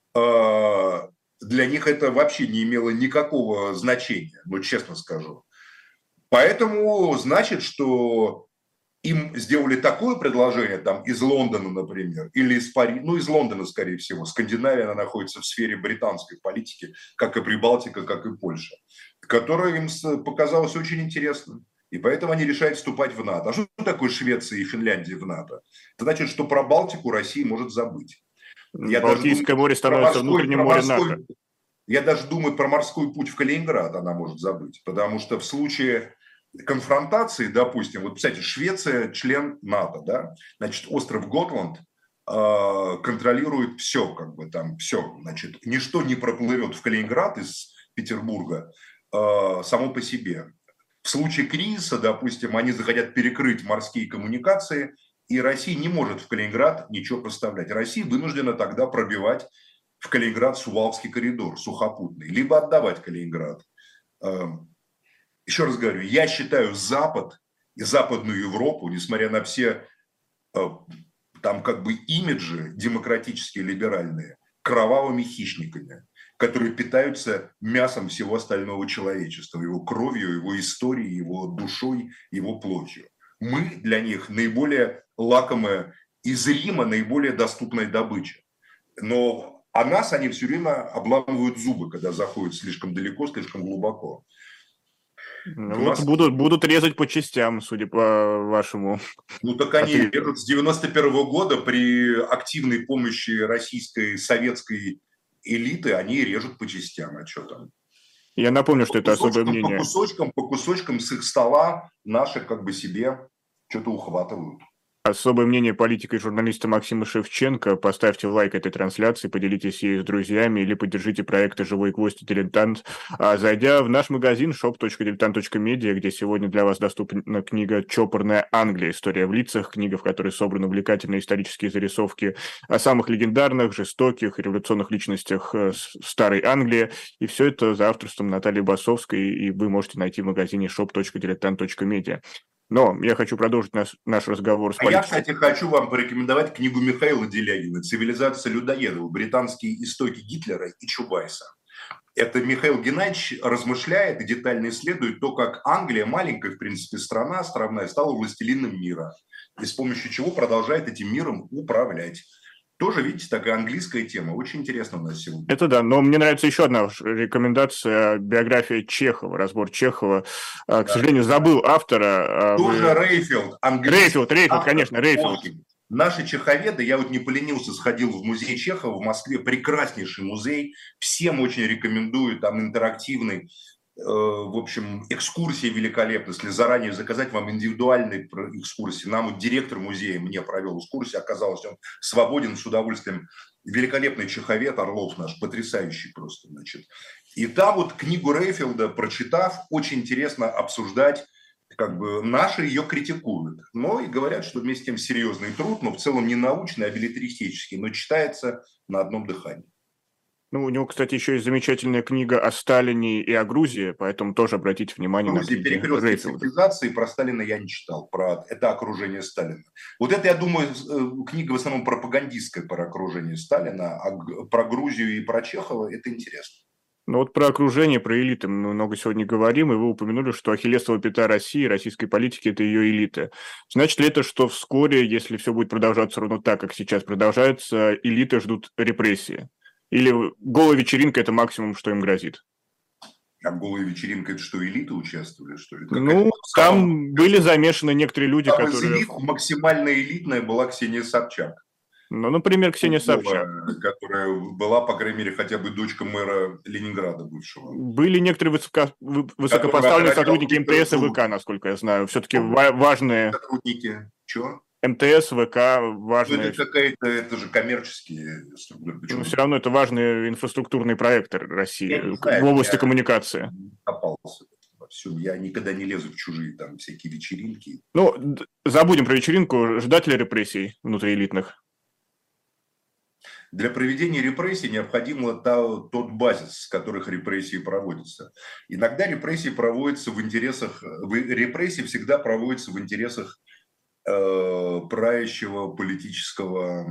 для них это вообще не имело никакого значения, честно скажу. Поэтому значит, что им сделали такое предложение там из Лондона, например, или из Парижа, из Лондона, скорее всего. Скандинавия, она находится в сфере британской политики, как и Прибалтика, как и Польша, которое им показалось очень интересным. И поэтому они решают вступать в НАТО. А что такое Швеция и Финляндия в НАТО? Это значит, что про Балтику Россия может забыть. Балтийское море становится внутренним морем НАТО. Я даже думаю, про морской путь в Калининград она может забыть. Потому что в случае конфронтации, допустим, кстати, Швеция член НАТО, да, значит, остров Готланд контролирует все, все, значит, ничто не проплывет в Калининград из Петербурга само по себе. В случае кризиса, допустим, они захотят перекрыть морские коммуникации, и Россия не может в Калининград ничего поставлять. Россия вынуждена тогда пробивать в Калининград Сувалский коридор, сухопутный, либо отдавать Калининград Еще раз говорю, я считаю Запад и Западную Европу, несмотря на все там как бы имиджи демократические, либеральные, кровавыми хищниками, которые питаются мясом всего остального человечества, его кровью, его историей, его душой, его плотью. Мы для них наиболее лакомая и зримо наиболее доступная добыча. Но о нас они все время обламывают зубы, когда заходят слишком далеко, слишком глубоко. Ну, вот будут резать по частям, судя по вашему. Ну, так они режут с 91-го года при активной помощи российской советской элиты, они режут по частям. А что там? Я напомню, что это особое мнение. По кусочкам с их стола наши как бы себе что-то ухватывают. Особое мнение политика и журналиста Максима Шевченко. Поставьте лайк этой трансляции, поделитесь ею с друзьями или поддержите проекты «Живой гвоздь» и «Дилетант», зайдя в наш магазин shop.diletant.media, где сегодня для вас доступна книга «Чопорная Англия. История в лицах», книга, в которой собраны увлекательные исторические зарисовки о самых легендарных, жестоких, революционных личностях старой Англии. И все это за авторством Натальи Басовской, и вы можете найти в магазине shop.diletant.media. Но я хочу продолжить наш разговор с политикой. Я, кстати, хочу вам порекомендовать книгу Михаила Делягина «Цивилизация людоедов. Британские истоки Гитлера и Чубайса». Это Михаил Геннадьевич размышляет и детально исследует то, как Англия, маленькая, в принципе, страна островная, стала властелином мира. И с помощью чего продолжает этим миром управлять. Тоже, видите, такая английская тема. Очень интересно у нас сегодня. Это да, но мне нравится еще одна рекомендация, биография Чехова, разбор Чехова. К сожалению, забыл автора. Тоже Рейфилд. Рейфилд, конечно, Рейфилд. Наши чеховеды, я вот не поленился, сходил в музей Чехова в Москве, прекраснейший музей, всем очень рекомендую, там интерактивный, в общем, экскурсии великолепны, если заранее заказать вам индивидуальные экскурсии. Нам вот директор музея мне провел экскурсию, оказалось, он свободен, с удовольствием. Великолепный чеховед, Орлов наш, потрясающий просто, значит. И там вот книгу Рейфилда, прочитав, очень интересно обсуждать, как бы наши ее критикуют, но и говорят, что вместе с тем серьезный труд, но в целом не научный, а беллетристический, но читается на одном дыхании. Ну, у него, кстати, еще есть замечательная книга о Сталине и о Грузии, поэтому тоже обратите внимание на книги «Перекрестные цивилизации», про Сталина я не читал, это окружение Сталина. Вот это, я думаю, книга в основном пропагандистская про окружение Сталина, а про Грузию и про Чехова это интересно. Ну вот про окружение, про элиты мы много сегодня говорим, и вы упомянули, что ахиллесова пята России, российской политики – это ее элиты. Значит ли это, что вскоре, если все будет продолжаться ровно так, как сейчас продолжается, элиты ждут репрессии? Или голая вечеринка – это максимум, что им грозит? А голая вечеринка – это что, элиты участвовали, что ли? Ну, там были замешаны некоторые люди, там которые… из элит максимально элитная была Ксения Собчак. Ну, например, Ксения Собчак. Которая была, по крайней мере, хотя бы дочка мэра Ленинграда бывшего. Были некоторые высокопоставленные сотрудники МТС и ВК, насколько я знаю. Все-таки важные… Сотрудники. Чего? МТС, ВК, важные… Это же коммерческие структуры. Но все равно это важные инфраструктурные проекты России в области коммуникации. Попался во всем. Я никогда не лезу в чужие там всякие вечеринки. Ну, забудем про вечеринку. Ждать ли репрессий внутриэлитных? Для проведения репрессий необходим тот базис, с которых репрессии проводятся. Иногда репрессии проводятся в интересах… Репрессии всегда проводятся в интересах правящего политического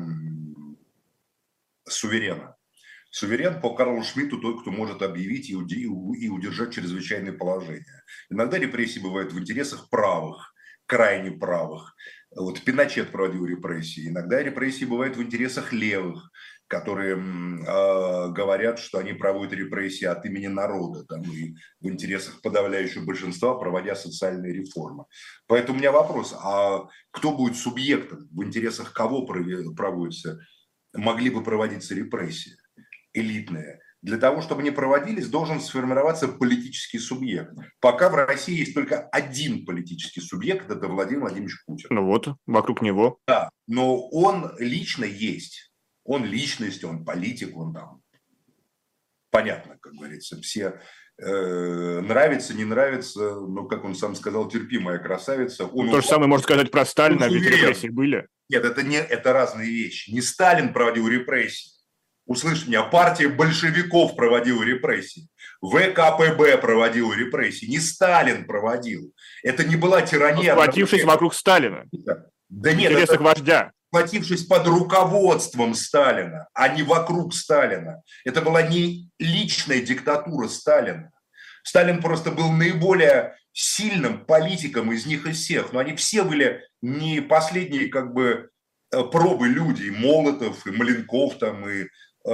суверена. Суверен по Карлу Шмидту тот, кто может объявить и удержать чрезвычайное положение. Иногда репрессии бывают в интересах правых, крайне правых. Вот Пиночет проводил репрессии. Иногда репрессии бывают в интересах левых, которые говорят, что они проводят репрессии от имени народа, там, и в интересах подавляющего большинства, проводя социальные реформы. Поэтому у меня вопрос, а кто будет субъектом, в интересах кого проводятся, могли бы проводиться репрессии элитные? Для того, чтобы они проводились, должен сформироваться политический субъект. Пока в России есть только один политический субъект, это Владимир Владимирович Путин. Ну вот, вокруг него. Да, но он лично есть. Он личность, он политик, он там, понятно, как говорится, все нравится, не нравится, но, как он сам сказал, терпимая красавица. То же самое можно сказать про Сталина, ведь репрессии были. Нет, это разные вещи. Не Сталин проводил репрессии. Услышь меня, партия большевиков проводила репрессии. ВКПБ проводил репрессии, не Сталин проводил. Это не была тирания. Сплотившись вокруг Сталина. Да нет, в интересах вождя. Сплотившись под руководством Сталина, а не вокруг Сталина. Это была не личная диктатура Сталина. Сталин просто был наиболее сильным политиком из них из всех. Но они все были не последние как бы пробы люди. И Молотов, и Маленков, там, и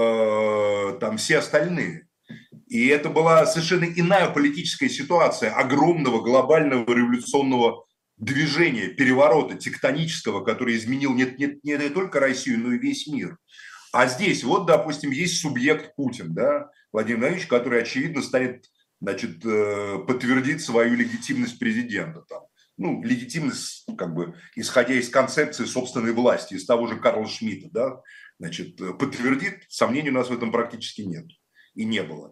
там все остальные. И это была совершенно иная политическая ситуация огромного глобального революционного движения, переворота тектонического, который изменил не только Россию, но и весь мир. А здесь вот, допустим, есть субъект Путин, да, Владимир Владимирович, который, очевидно, станет, значит, подтвердить свою легитимность президента. Там. Ну, легитимность, как бы, исходя из концепции собственной власти, из того же Карла Шмидта, да, значит, подтвердит, сомнений у нас в этом практически нет и не было.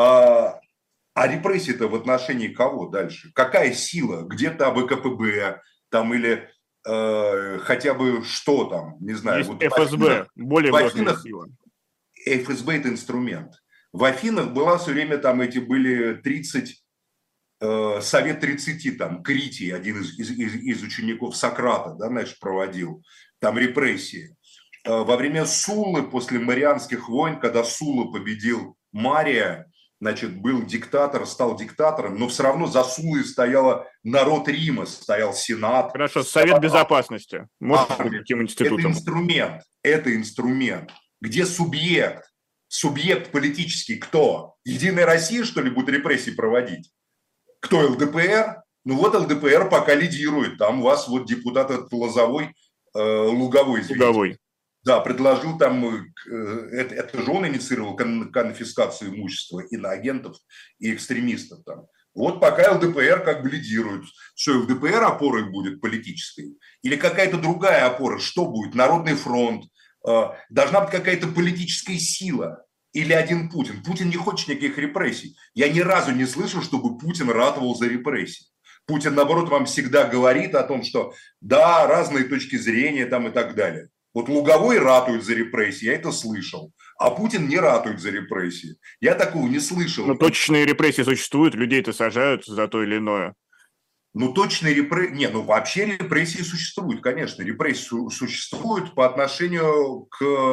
А репрессии-то в отношении кого дальше? Какая сила? Где-то ВКПБ там или хотя бы что там, не знаю. Есть вот ФСБ, более важная сила. ФСБ – это инструмент. В Афинах была все время, там эти были 30, Совет 30, там, Критий, один из учеников Сократа, да, значит, проводил, там репрессии. Во время Суллы, после Марианских войн, когда Сулла победил Мария, значит, был диктатор, стал диктатором, но все равно за Суллой стоял народ Рима, стоял Сенат. Хорошо, Совет Безопасности. Может, каким институтом? Это инструмент. Где субъект? Субъект политический кто? Единая Россия, что ли, будет репрессии проводить? Кто, ЛДПР? Ну вот ЛДПР пока лидирует. Там у вас вот депутат этот Луговой, Луговой. Да, предложил там, это же он инициировал конфискацию имущества иноагентов и экстремистов там. Вот пока ЛДПР как бы лидирует. Что, ЛДПР опорой будет политической? Или какая-то другая опора? Что будет? Народный фронт? Должна быть какая-то политическая сила? Или один Путин? Путин не хочет никаких репрессий. Я ни разу не слышал, чтобы Путин ратовал за репрессии. Путин, наоборот, вам всегда говорит о том, что да, разные точки зрения там и так далее. Вот Луговой ратует за репрессии, я это слышал. А Путин не ратует за репрессии. Я такого не слышал. Но точечные репрессии существуют, людей-то сажают за то или иное. Ну, точные репрессии... Не, ну вообще репрессии существуют, конечно. Репрессии существуют по отношению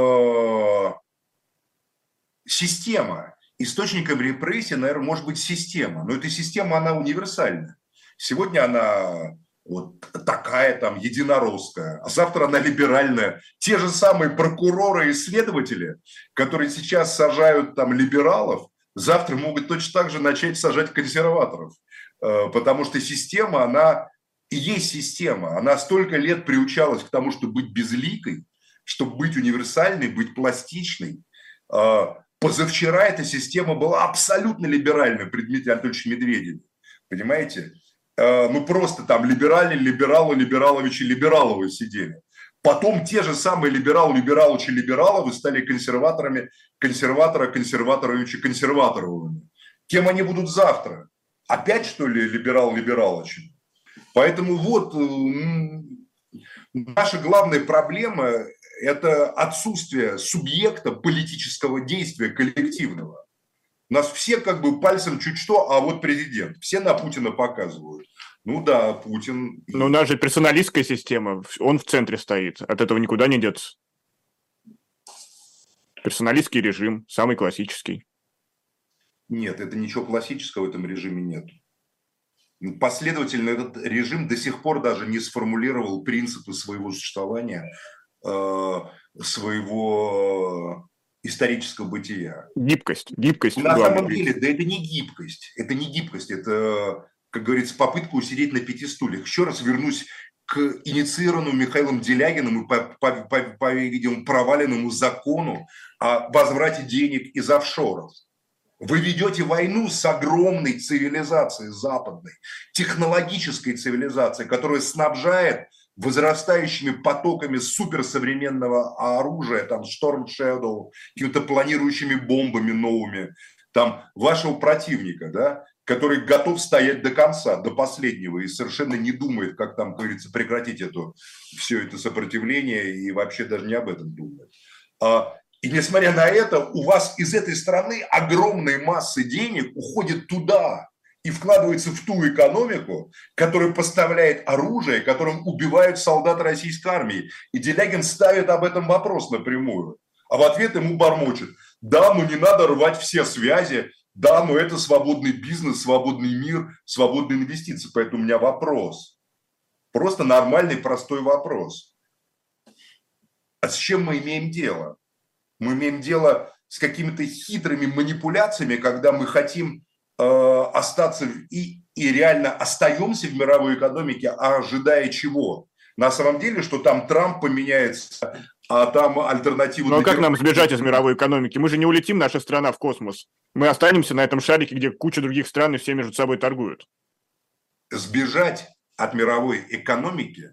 к системе. Источником репрессий, наверное, может быть система. Но эта система, она универсальная. Сегодня она... вот такая там единоросская, а завтра она либеральная. Те же самые прокуроры и следователи, которые сейчас сажают там либералов, завтра могут точно так же начать сажать консерваторов. Потому что система, она и есть система. Она столько лет приучалась к тому, чтобы быть безликой, чтобы быть универсальной, быть пластичной. Позавчера эта система была абсолютно либеральной при Дмитрии Анатольевиче Медведеве. Понимаете? Ну, просто там Либераловичи, Либераловы сидели. Потом те же самые Либераловичи, Либераловы стали консерваторовичи, Консерваторовыми. Кем они будут завтра? Опять, что ли, Либераловичи? Поэтому вот наша главная проблема – это отсутствие субъекта политического действия коллективного. Нас все как бы пальцем чуть что, а вот президент. Все на Путина показывают. Ну да, Путин... Но у нас же персоналистская система, он в центре стоит, от этого никуда не деться. Персоналистский режим, самый классический. Нет, это ничего классического в этом режиме нет. Последовательно этот режим до сих пор даже не сформулировал принципы своего существования, своего исторического бытия. Гибкость. На самом деле, да это не гибкость. Это не гибкость, это, как говорится, попытка усидеть на 5 стульях. Еще раз вернусь к инициированному Михаилом Делягиным и, по-видимому, проваленному закону о возврате денег из офшоров. Вы ведете войну с огромной цивилизацией западной, технологической цивилизацией, которая снабжает возрастающими потоками суперсовременного оружия, там, Storm Shadow, какими-то планирующими бомбами новыми, там, вашего противника, да, который готов стоять до конца, до последнего, и совершенно не думает, как там, как говорится, прекратить все это сопротивление, и вообще даже не об этом думает. И И несмотря на это, у вас из этой страны огромные массы денег уходят туда и вкладываются в ту экономику, которая поставляет оружие, которым убивают солдат российской армии. И Делягин ставит об этом вопрос напрямую. А в ответ ему бормочет: да, но не надо рвать все связи, да, но это свободный бизнес, свободный мир, свободные инвестиции. Поэтому у меня вопрос, просто нормальный, простой вопрос. А с чем мы имеем дело? Мы имеем дело с какими-то хитрыми манипуляциями, когда мы хотим остаться и реально остаемся в мировой экономике, ожидая чего? На самом деле, что там Трамп поменяется, а там альтернатива... Ну а как нам сбежать из мировой экономики? Мы же не улетим, наша страна, в космос. Мы останемся на этом шарике, где куча других стран и все между собой торгуют. Сбежать от мировой экономики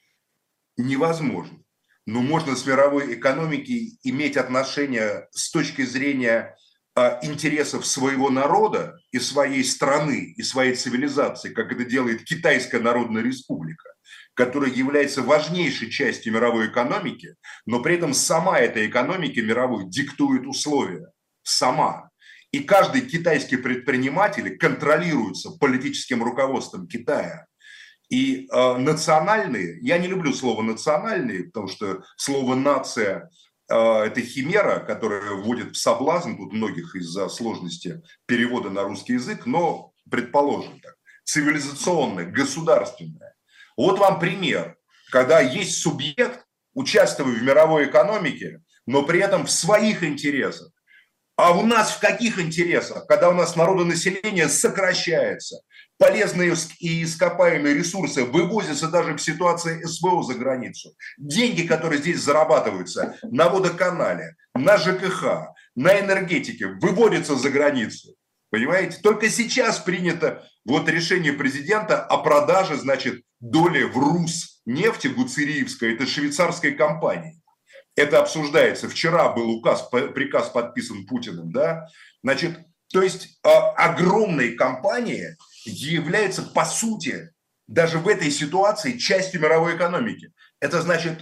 невозможно. Но можно с мировой экономикой иметь отношения с точки зрения интересов своего народа и своей страны, и своей цивилизации, как это делает Китайская Народная Республика, которая является важнейшей частью мировой экономики, но при этом сама эта экономика мировой диктует условия. Сама. И каждый китайский предприниматель контролируется политическим руководством Китая. И национальные, я не люблю слово национальные, потому что слово нация это химера, которая вводит в соблазн тут многих из-за сложности перевода на русский язык, но предположим так, цивилизационное, государственное. Вот вам пример, когда есть субъект, участвует в мировой экономике, но при этом в своих интересах. А у нас в каких интересах? Когда у нас народонаселение сокращается, полезные и ископаемые ресурсы вывозятся даже в ситуации СВО за границу. Деньги, которые здесь зарабатываются на водоканале, на ЖКХ, на энергетике, выводятся за границу. Понимаете? Только сейчас принято вот решение президента о продаже, значит, доли в Руснефти Гуцериевской, это швейцарской компании. Это обсуждается. Вчера был приказ подписан Путиным, да? Значит, то есть огромные компании являются, по сути, даже в этой ситуации частью мировой экономики. Это значит,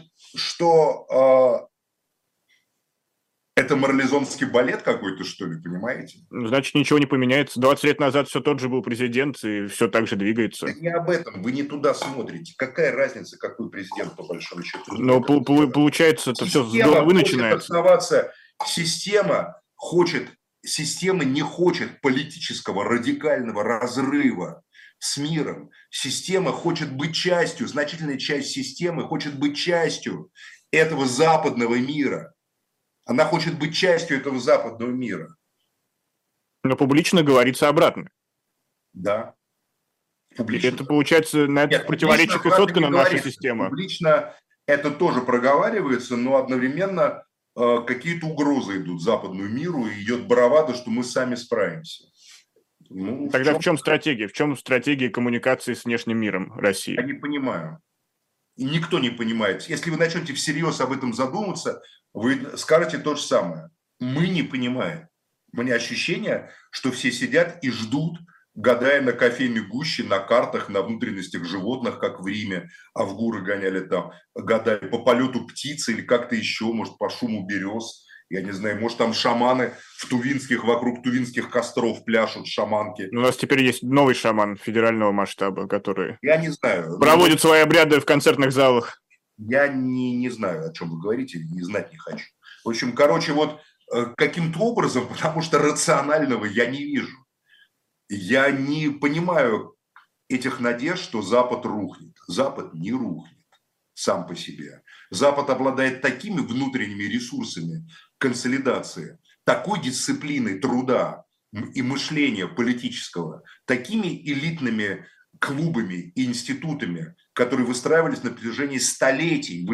что это марлезонский балет какой-то, что ли, понимаете? Значит, ничего не поменяется. 20 лет назад все тот же был президент, и все так же двигается. Это не об этом, вы не туда смотрите. Какая разница, какой президент, по большому счету? Но получается, это все с головы начинается. Система не хочет политического радикального разрыва с миром. Система хочет быть частью, значительная часть системы хочет быть частью этого западного мира. Она хочет быть частью этого западного мира. Но публично говорится обратно. Да. Публично. Это получается, на этих противоречиях и соткана наша система. Публично это тоже проговаривается, но одновременно какие-то угрозы идут западному миру, и идет бравада, что мы сами справимся. Ну, тогда в чем стратегия? В чем стратегия коммуникации с внешним миром России? Я не понимаю. И никто не понимает. Если вы начнете всерьез об этом задуматься, вы скажете то же самое. Мы не понимаем. У меня ощущение, что все сидят и ждут, гадая на кофейной гуще, на картах, на внутренностях животных, как в Риме, а в горы гоняли там, гадали по полету птицы или как-то еще, может, по шуму берез. Я не знаю, может, там шаманы вокруг тувинских костров пляшут, шаманки. У нас теперь есть новый шаман федерального масштаба, который я не знаю, проводит свои обряды в концертных залах. Я не знаю, о чем вы говорите, не знать не хочу. В общем, короче, вот каким-то образом, потому что рационального я не вижу. Я не понимаю этих надежд, что Запад рухнет. Запад не рухнет сам по себе. Запад обладает такими внутренними ресурсами консолидации, такой дисциплиной труда и мышления политического, такими элитными клубами и институтами, которые выстраивались на протяжении столетий,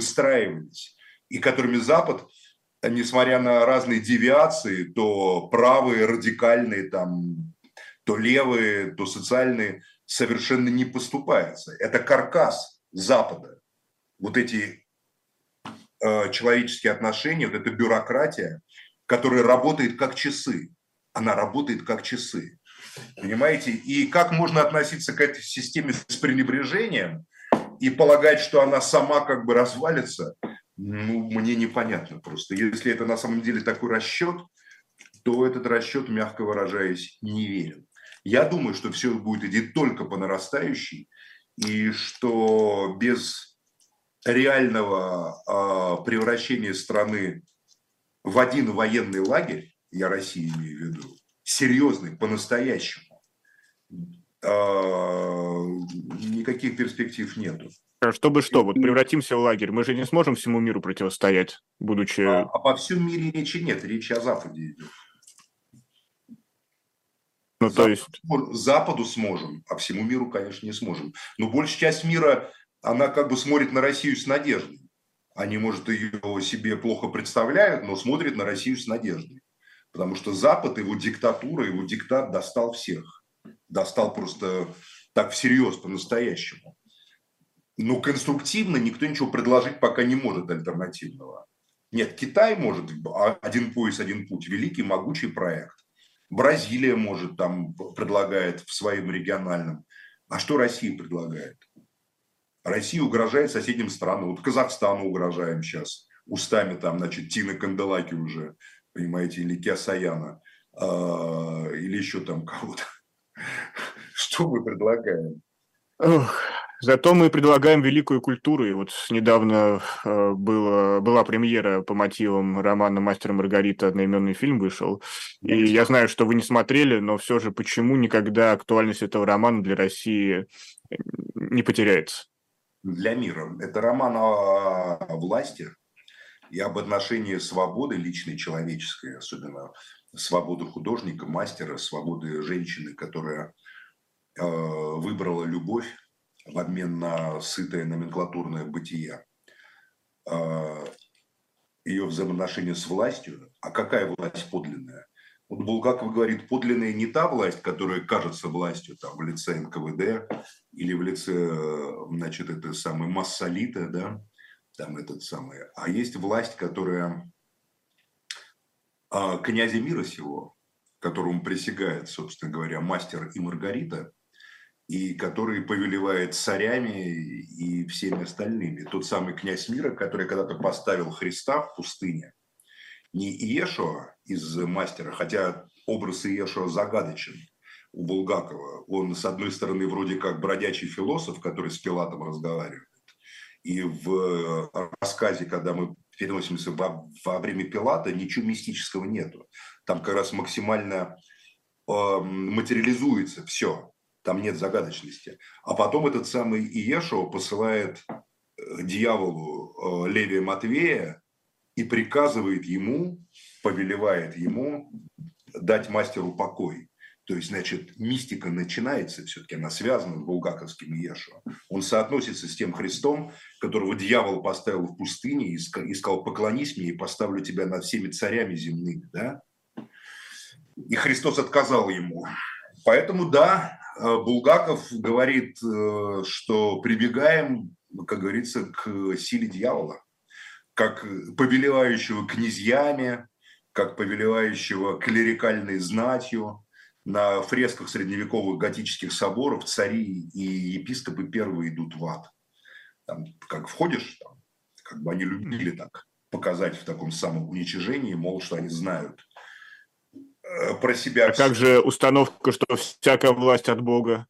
и которыми Запад, несмотря на разные девиации, то правые, радикальные, там, то левые, то социальные, совершенно не поступается. Это каркас Запада. Вот эти человеческие отношения, вот эта бюрократия, которая работает как часы. Она работает как часы. Понимаете? И как можно относиться к этой системе с пренебрежением и полагать, что она сама как бы развалится, Ну, мне непонятно просто. Если это на самом деле такой расчет, то этот расчет, мягко выражаясь, неверен. Я думаю, что все будет идти только по нарастающей, и что без реального превращения страны в один военный лагерь, я Россию имею в виду, серьезный, по-настоящему, никаких перспектив нету. Чтобы что, вот превратимся в лагерь, мы же не сможем всему миру противостоять, будучи... Обо всем мире речи нет, речь о Западе идет. Ну, то есть... Западу сможем, а всему миру, конечно, не сможем. Но большая часть мира, она как бы смотрит на Россию с надеждой. Они, может, ее себе плохо представляют, но смотрят на Россию с надеждой. Потому что Запад, его диктатура, его диктат достал всех. Достал просто так всерьез, по-настоящему. Но конструктивно никто ничего предложить пока не может альтернативного. Нет, Китай может, один пояс, один путь, великий, могучий проект. Бразилия может, там предлагает в своем региональном. А что Россия предлагает? Россия угрожает соседним странам. Вот Казахстану угрожаем сейчас. Устами там, значит, Тины Канделаки уже, понимаете, или Киасаяна, или еще там кого-то. Что мы предлагаем? Ох, зато мы предлагаем великую культуру. И вот недавно была премьера по мотивам романа «Мастер и Маргарита», одноименный фильм вышел. И я знаю, что вы не смотрели, но все же почему никогда актуальность этого романа для России не потеряется? Для мира. Это роман о власти и об отношении свободы личной, человеческой, особенно свободы художника, мастера, свободы женщины, которая выбрала любовь в обмен на сытое номенклатурное бытие, ее взаимоотношения с властью. А какая власть подлинная? Вот Булгаков говорит, подлинная не та власть, которая кажется властью там, в лице НКВД или в лице, значит, это самое Массолита, да, там этот самый, а есть власть, которая князя мира сего, которому присягает, собственно говоря, мастер и Маргарита, и который повелевает царями и всеми остальными. Тот самый князь мира, который когда-то поставил Христа в пустыне, не Иешуа из «Мастера», хотя образ Иешуа загадочен у Булгакова. Он, с одной стороны, вроде как бродячий философ, который с Пилатом разговаривает, и в рассказе, когда мы переносимся во время Пилата, ничего мистического нету. Там как раз максимально материализуется все. Там нет загадочности. А потом этот самый Иешуа посылает дьяволу Левия Матвея и приказывает ему, повелевает ему дать мастеру покой. То есть, значит, мистика начинается, все-таки она связана с булгаковским Иешуа. Он соотносится с тем Христом, которого дьявол поставил в пустыне и сказал, поклонись мне и поставлю тебя над всеми царями земными. Да? И Христос отказал ему. Поэтому, да, Булгаков говорит, что прибегаем, как говорится, к силе дьявола, как повелевающего князьями, как повелевающего клерикальной знатью. На фресках средневековых готических соборов цари и епископы первые идут в ад. Там, как входишь, там, как бы они любили так показать в таком самом уничижении, мол, что они знают про себя. А как же установка, что всякая власть от Бога?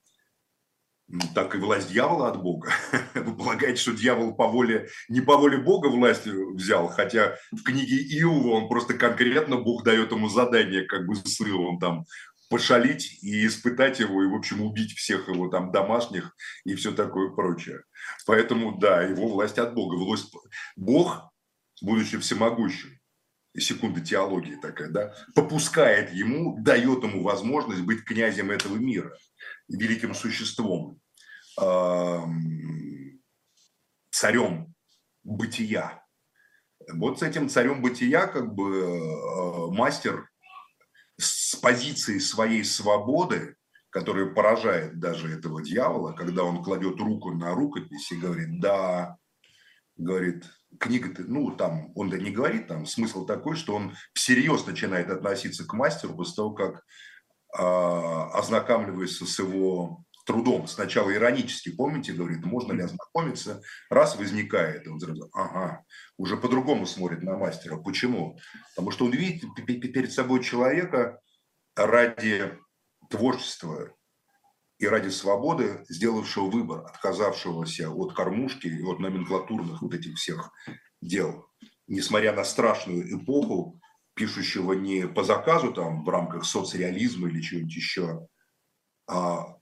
Так и власть дьявола от Бога. Вы полагаете, что дьявол не по воле Бога власть взял, хотя в книге Иова он просто конкретно, Бог дает ему задание, как бы с Иовом там пошалить и испытать его, и, в общем, убить всех его там домашних и все такое прочее. Поэтому, да, его власть от Бога. Бог, будучи всемогущим, и секунда теологии такая, да, попускает ему, дает ему возможность быть князем этого мира, великим существом, царем бытия. Вот с этим царем бытия как бы мастер с позиции своей свободы, которая поражает даже этого дьявола, когда он кладет руку на рукопись и говорит, да, говорит, книга-то, ну, там, он да не говорит, там, смысл такой, что он всерьез начинает относиться к мастеру после того, как ознакомливается с его с трудом, сначала иронически, помните, говорит, можно ли ознакомиться, раз возникает, он сразу, ага, уже по-другому смотрит на мастера. Почему? Потому что он видит перед собой человека ради творчества и ради свободы, сделавшего выбор, отказавшегося от кормушки и от номенклатурных вот этих всех дел. Несмотря на страшную эпоху, пишущего не по заказу там в рамках соцреализма или чего-нибудь еще, а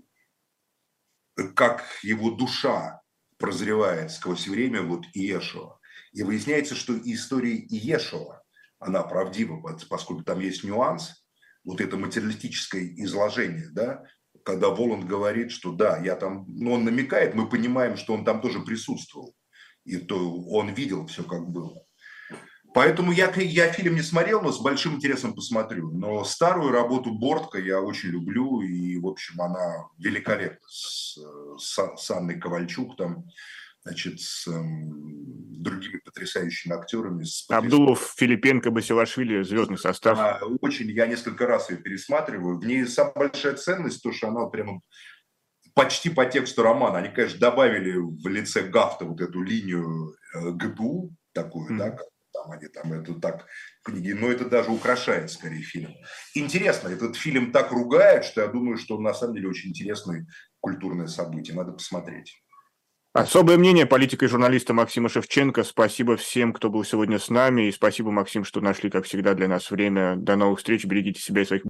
как его душа прозревает сквозь время вот Иешуа. И выясняется, что история Иешуа, она правдива, поскольку там есть нюанс, вот это материалистическое изложение, да, когда Воланд говорит, что да, я там, ну, он намекает, мы понимаем, что он там тоже присутствовал, и то он видел все, как было. Поэтому я фильм не смотрел, но с большим интересом посмотрю. Но старую работу Бортко я очень люблю, и, в общем, она великолепна. С Анной Ковальчук, там, значит, с другими потрясающими актерами. Абдулов, Филипенко, Басилашвили, звездный состав. Очень, я несколько раз ее пересматриваю. В ней самая большая ценность, то, что она прямо почти по тексту романа. Они, конечно, добавили в лице Гафта вот эту линию ГПУ такую, да, там они там это так книги, но это даже украшает скорее фильм. Интересно, этот фильм так ругает, что я думаю, что он на самом деле очень интересное культурное событие. Надо посмотреть. Особое мнение политика и журналиста Максима Шевченко. Спасибо всем, кто был сегодня с нами. И спасибо, Максим, что нашли, как всегда, для нас время. До новых встреч. Берегите себя и своих